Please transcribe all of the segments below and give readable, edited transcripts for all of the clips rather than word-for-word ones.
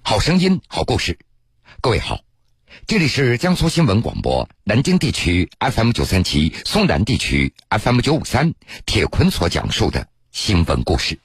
好声音，好故事。各位好，这里是江苏新闻广播南京地区 FM937、松南地区 FM953，铁坤所讲述的新闻故事。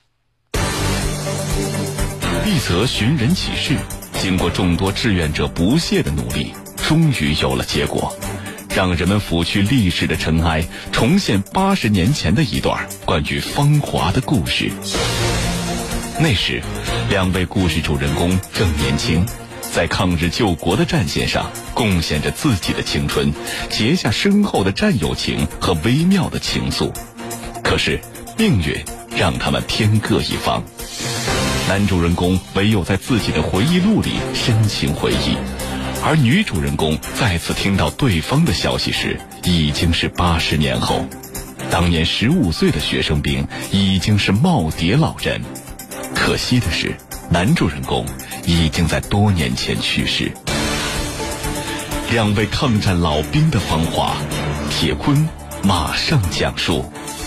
一则寻人启事，经过众多志愿者不懈的努力，终于有了结果，让人们抚去历史的尘埃，重现80年前的一段关于芳华的故事。那时2位故事主人公正年轻，在抗日救国的战线上贡献着自己的青春，结下深厚的战友情和微妙的情愫。可是命运让他们天各一方，男主人公唯有在自己的回忆录里深情回忆，而女主人公再次听到对方的消息时，已经是80年后。当年15岁的学生兵已经是耄耋老人。可惜的是，男主人公已经在多年前去世。2位抗战老兵的芳华，铁坤马上讲述。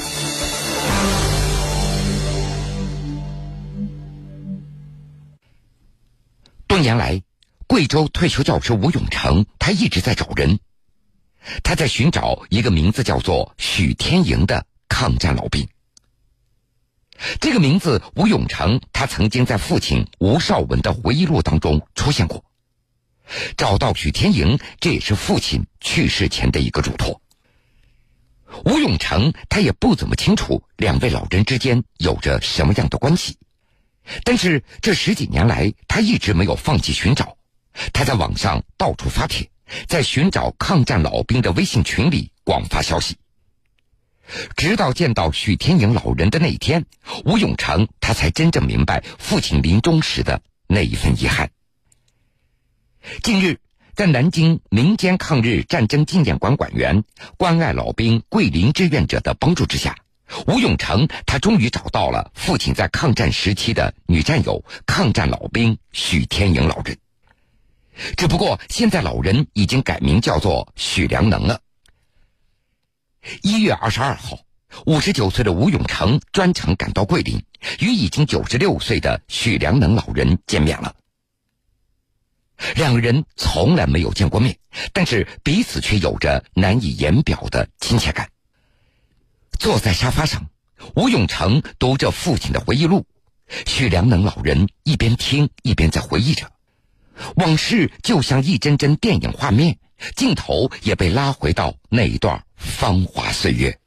多年来，贵州退休教师吴永成，他一直在找人。他在寻找一个名字叫做许天营的抗战老兵。这个名字吴永成，他曾经在父亲吴绍文的回忆录当中出现过。找到许天营，这也是父亲去世前的一个嘱托。吴永成他也不怎么清楚2位老人之间有着什么样的关系，但是这10几年来，他一直没有放弃寻找。他在网上到处发帖，在寻找抗战老兵的微信群里广发消息。直到见到许天营老人的那一天，吴永成他才真正明白父亲临终时的那一份遗憾。近日，在南京民间抗日战争纪念馆馆员、关爱老兵桂林志愿者的帮助之下，吴永成他终于找到了父亲在抗战时期的女战友、抗战老兵许天营老人。只不过现在老人已经改名叫做许良能了。1月22号，59岁的吴永成专程赶到桂林，与已经96岁的许良能老人见面了。2个人从来没有见过面，但是彼此却有着难以言表的亲切感。坐在沙发上，吴永成读着父亲的回忆录，许良能老人一边听一边在回忆着。往事就像一帧帧电影画面，镜头也被拉回到那一段芳华岁月。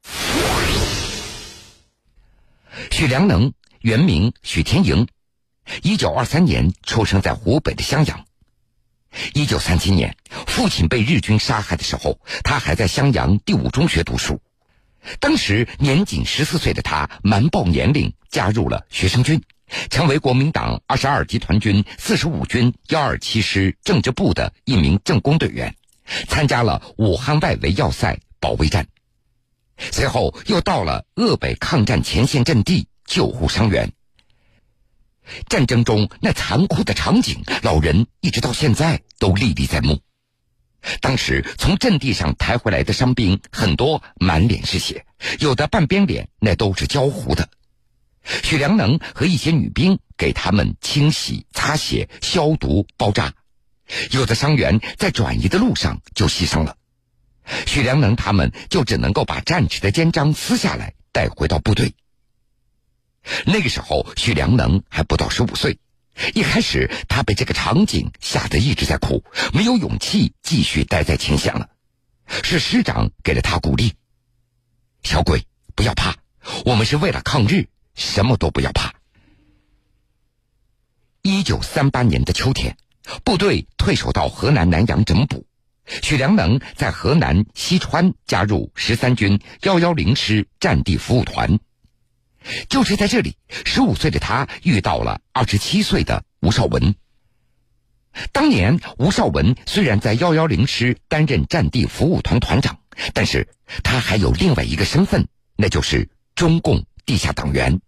许良能原名许天营，1923年出生在湖北的襄阳。1937年，父亲被日军杀害的时候，他还在襄阳第5中学读书。当时年仅14岁的他瞒报年龄，加入了学生军，成为国民党22集团军45军127师政治部的一名政工队员，参加了武汉外围要塞保卫战。随后又到了鄂北抗战前线阵地救护伤员。战争中那残酷的场景，老人一直到现在都历历在目。当时从阵地上抬回来的伤兵，很多满脸是血，有的半边脸那都是焦糊的。许良能和一些女兵给他们清洗、擦血、消毒、包扎。有的伤员在转移的路上就牺牲了，许良能他们就只能够把战士的肩章撕下来带回到部队。那个时候许良能还不到15岁，一开始他被这个场景吓得一直在哭，没有勇气继续待在前线了。是师长给了他鼓励：小鬼，不要怕，我们是为了抗日，什么都不要怕。1938年的秋天，部队退守到河南南阳整补，许良能在河南西川加入13军110师战地服务团。就是在这里，15岁的他遇到了27岁的吴绍文。当年吴绍文虽然在110师担任战地服务团团长，但是他还有另外一个身份，那就是中共地下党员。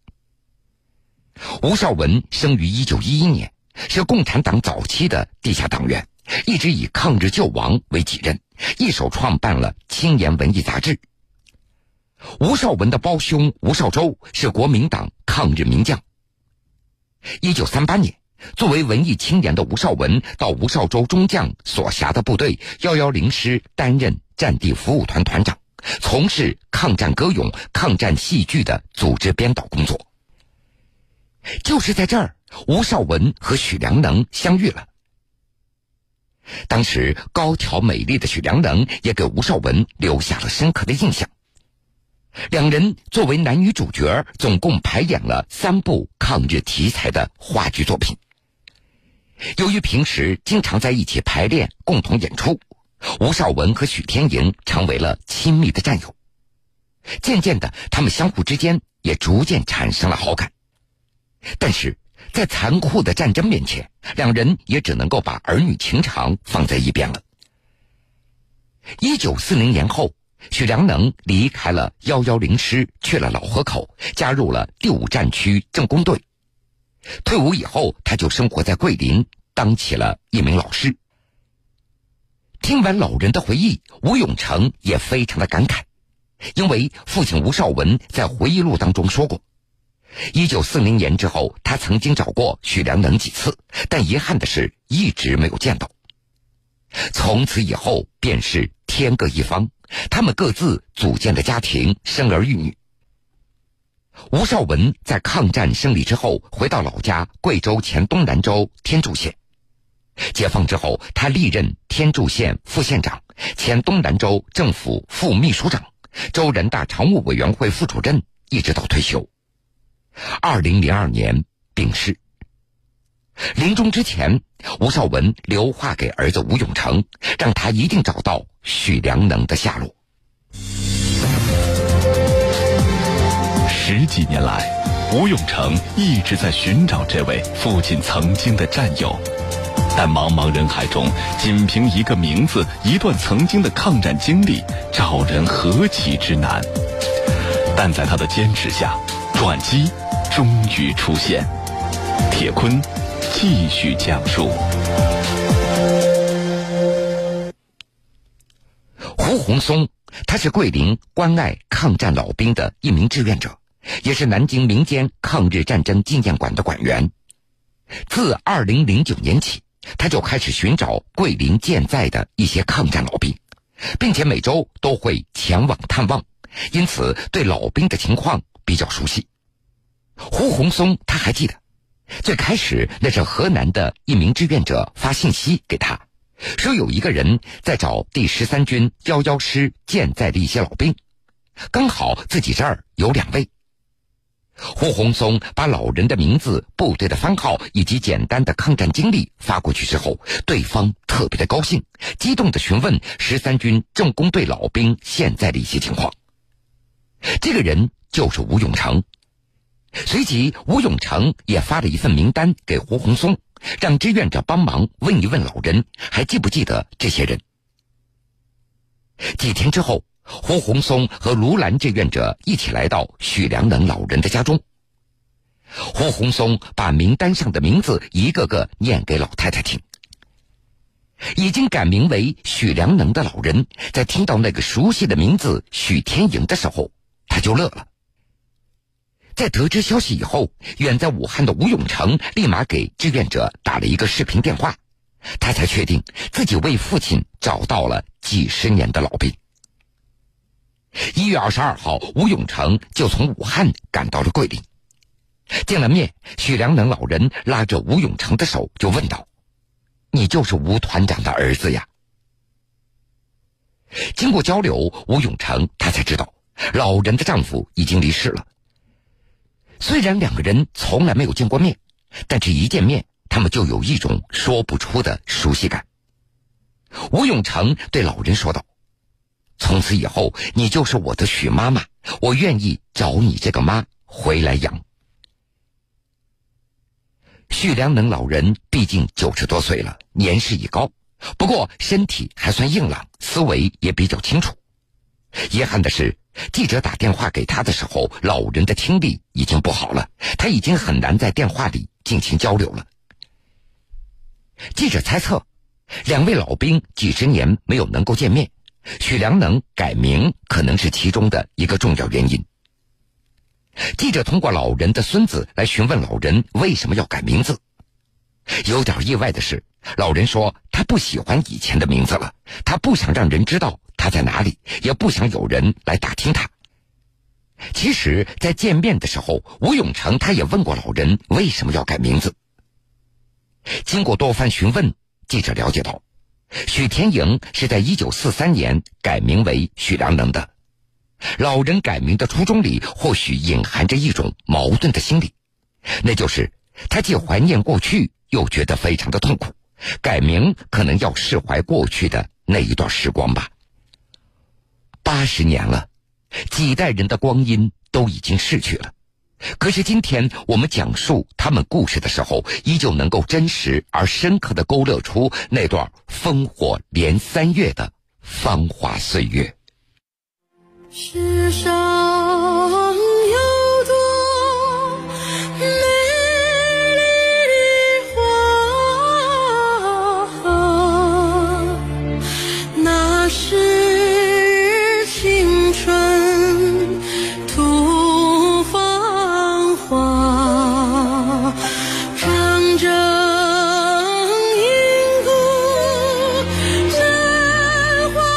吴绍文生于1911年，是共产党早期的地下党员，一直以抗日救亡为己任，一手创办了青年文艺杂志。吴绍文的胞兄吴绍周是国民党抗日名将。1938年， 作为文艺青年的吴绍文到吴绍州中将所辖的部队110师担任战地服务团团长，从事抗战歌咏、抗战戏剧的组织编导工作。就是在这儿，吴绍文和许良能相遇了。当时高挑美丽的许良能也给吴绍文留下了深刻的印象。两人作为男女主角，总共排演了3部抗日题材的话剧作品。由于平时经常在一起排练，共同演出，吴绍文和许天莹成为了亲密的战友。渐渐的，他们相互之间也逐渐产生了好感。但是在残酷的战争面前，两人也只能够把儿女情长放在一边了。1940年后，许良能离开了110师，去了老河口，加入了第5战区政工队。退伍以后，他就生活在桂林，当起了一名老师。听完老人的回忆，吴永成也非常的感慨，因为父亲吴绍文在回忆录当中说过，1940年之后，他曾经找过许良能几次，但遗憾的是一直没有见到。从此以后便是天各一方，他们各自组建了家庭，生儿育女。吴绍文在抗战胜利之后回到老家贵州黔东南州天柱县，解放之后他历任天柱县副县长、黔东南州政府副秘书长、州人大常务委员会副主任，一直到退休。2002年病逝。临终之前，吴绍文留话给儿子吴永成，让他一定找到许良能的下落。 10几年来，吴永成一直在寻找这位父亲曾经的战友，但茫茫人海中，仅凭一个名字、一段曾经的抗战经历，找人何其之难。但在他的坚持下，转机终于出现。铁坤继续讲述。 胡鸿松，他是桂林关爱抗战老兵的一名志愿者，也是南京民间抗日战争纪念馆的馆员。自2009年起，他就开始寻找桂林健在的一些抗战老兵，并且每周都会前往探望，因此对老兵的情况比较熟悉。胡鸿松他还记得，最开始那是河南的一名志愿者发信息给他，说有一个人在找第13军111师健在的一些老兵，刚好自己这儿有2位。胡鸿松把老人的名字、部队的番号以及简单的抗战经历发过去之后，对方特别的高兴，激动地询问13军政工队老兵现在的一些情况。这个人就是吴永成。随即吴永成也发了一份名单给胡鸿松，让志愿者帮忙问一问老人还记不记得这些人。几天之后，胡鸿松和卢兰志愿者一起来到许良能老人的家中。胡鸿松把名单上的名字一个个念给老太太听。已经改名为许良能的老人在听到那个熟悉的名字许天莹的时候，他就乐了。在得知消息以后，远在武汉的吴永成立马给志愿者打了一个视频电话，他才确定自己为父亲找到了几十年的老兵。1月22号，吴永成就从武汉赶到了桂林。见了面，许良能老人拉着吴永成的手就问道：“你就是吴团长的儿子呀？”经过交流，吴永成他才知道老人的丈夫已经离世了。虽然2个人从来没有见过面，但是一见面他们就有一种说不出的熟悉感。吴永成对老人说道：“从此以后你就是我的许妈妈，我愿意找你这个妈回来养。”许良能老人毕竟90多岁了，年事已高，不过身体还算硬朗，思维也比较清楚。遗憾的是，记者打电话给他的时候，老人的听力已经不好了，他已经很难在电话里进行交流了。记者猜测，2位老兵几十年没有能够见面，许良能改名可能是其中的一个重要原因。记者通过老人的孙子来询问老人为什么要改名字。 有点意外的是，老人说他不喜欢以前的名字了，他不想让人知道他在哪里，也不想有人来打听他。其实在见面的时候，吴永成他也问过老人为什么要改名字。经过多番询问，记者了解到，许天营是在1943年改名为许良能的。老人改名的初衷里或许隐含着一种矛盾的心理，那就是他既怀念过去，又觉得非常的痛苦，改名可能要释怀过去的那一段时光吧。80年了，几代人的光阴都已经逝去了，可是今天我们讲述他们故事的时候，依旧能够真实而深刻地勾勒出那段烽火连3月的芳华岁月。 世上有多美丽的花，那是青春吐芳华，长征银谷真花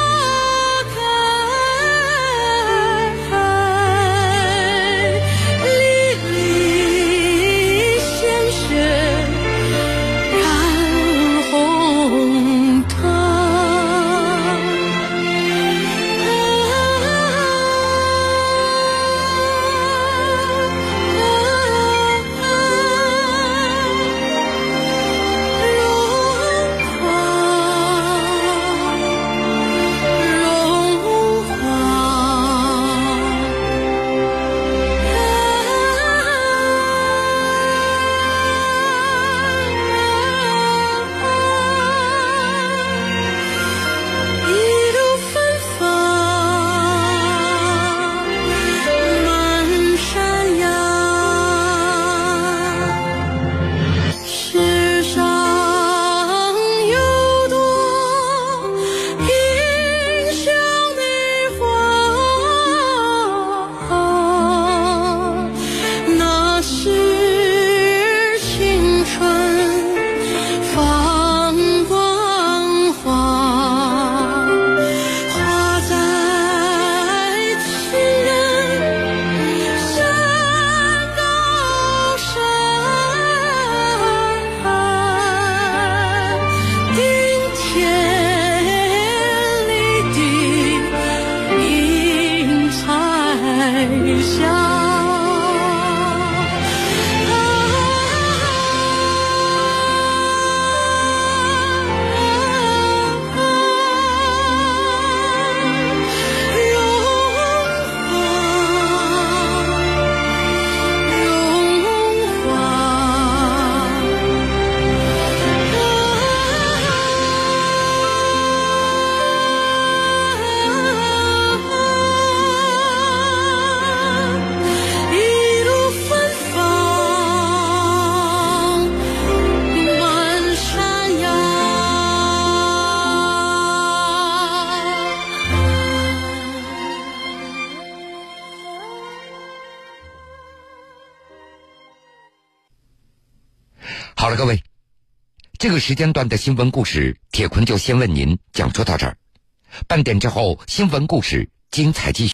好了，各位，这个时间段的新闻故事，铁坤就先为您讲述到这儿。半点之后，新闻故事精彩继续。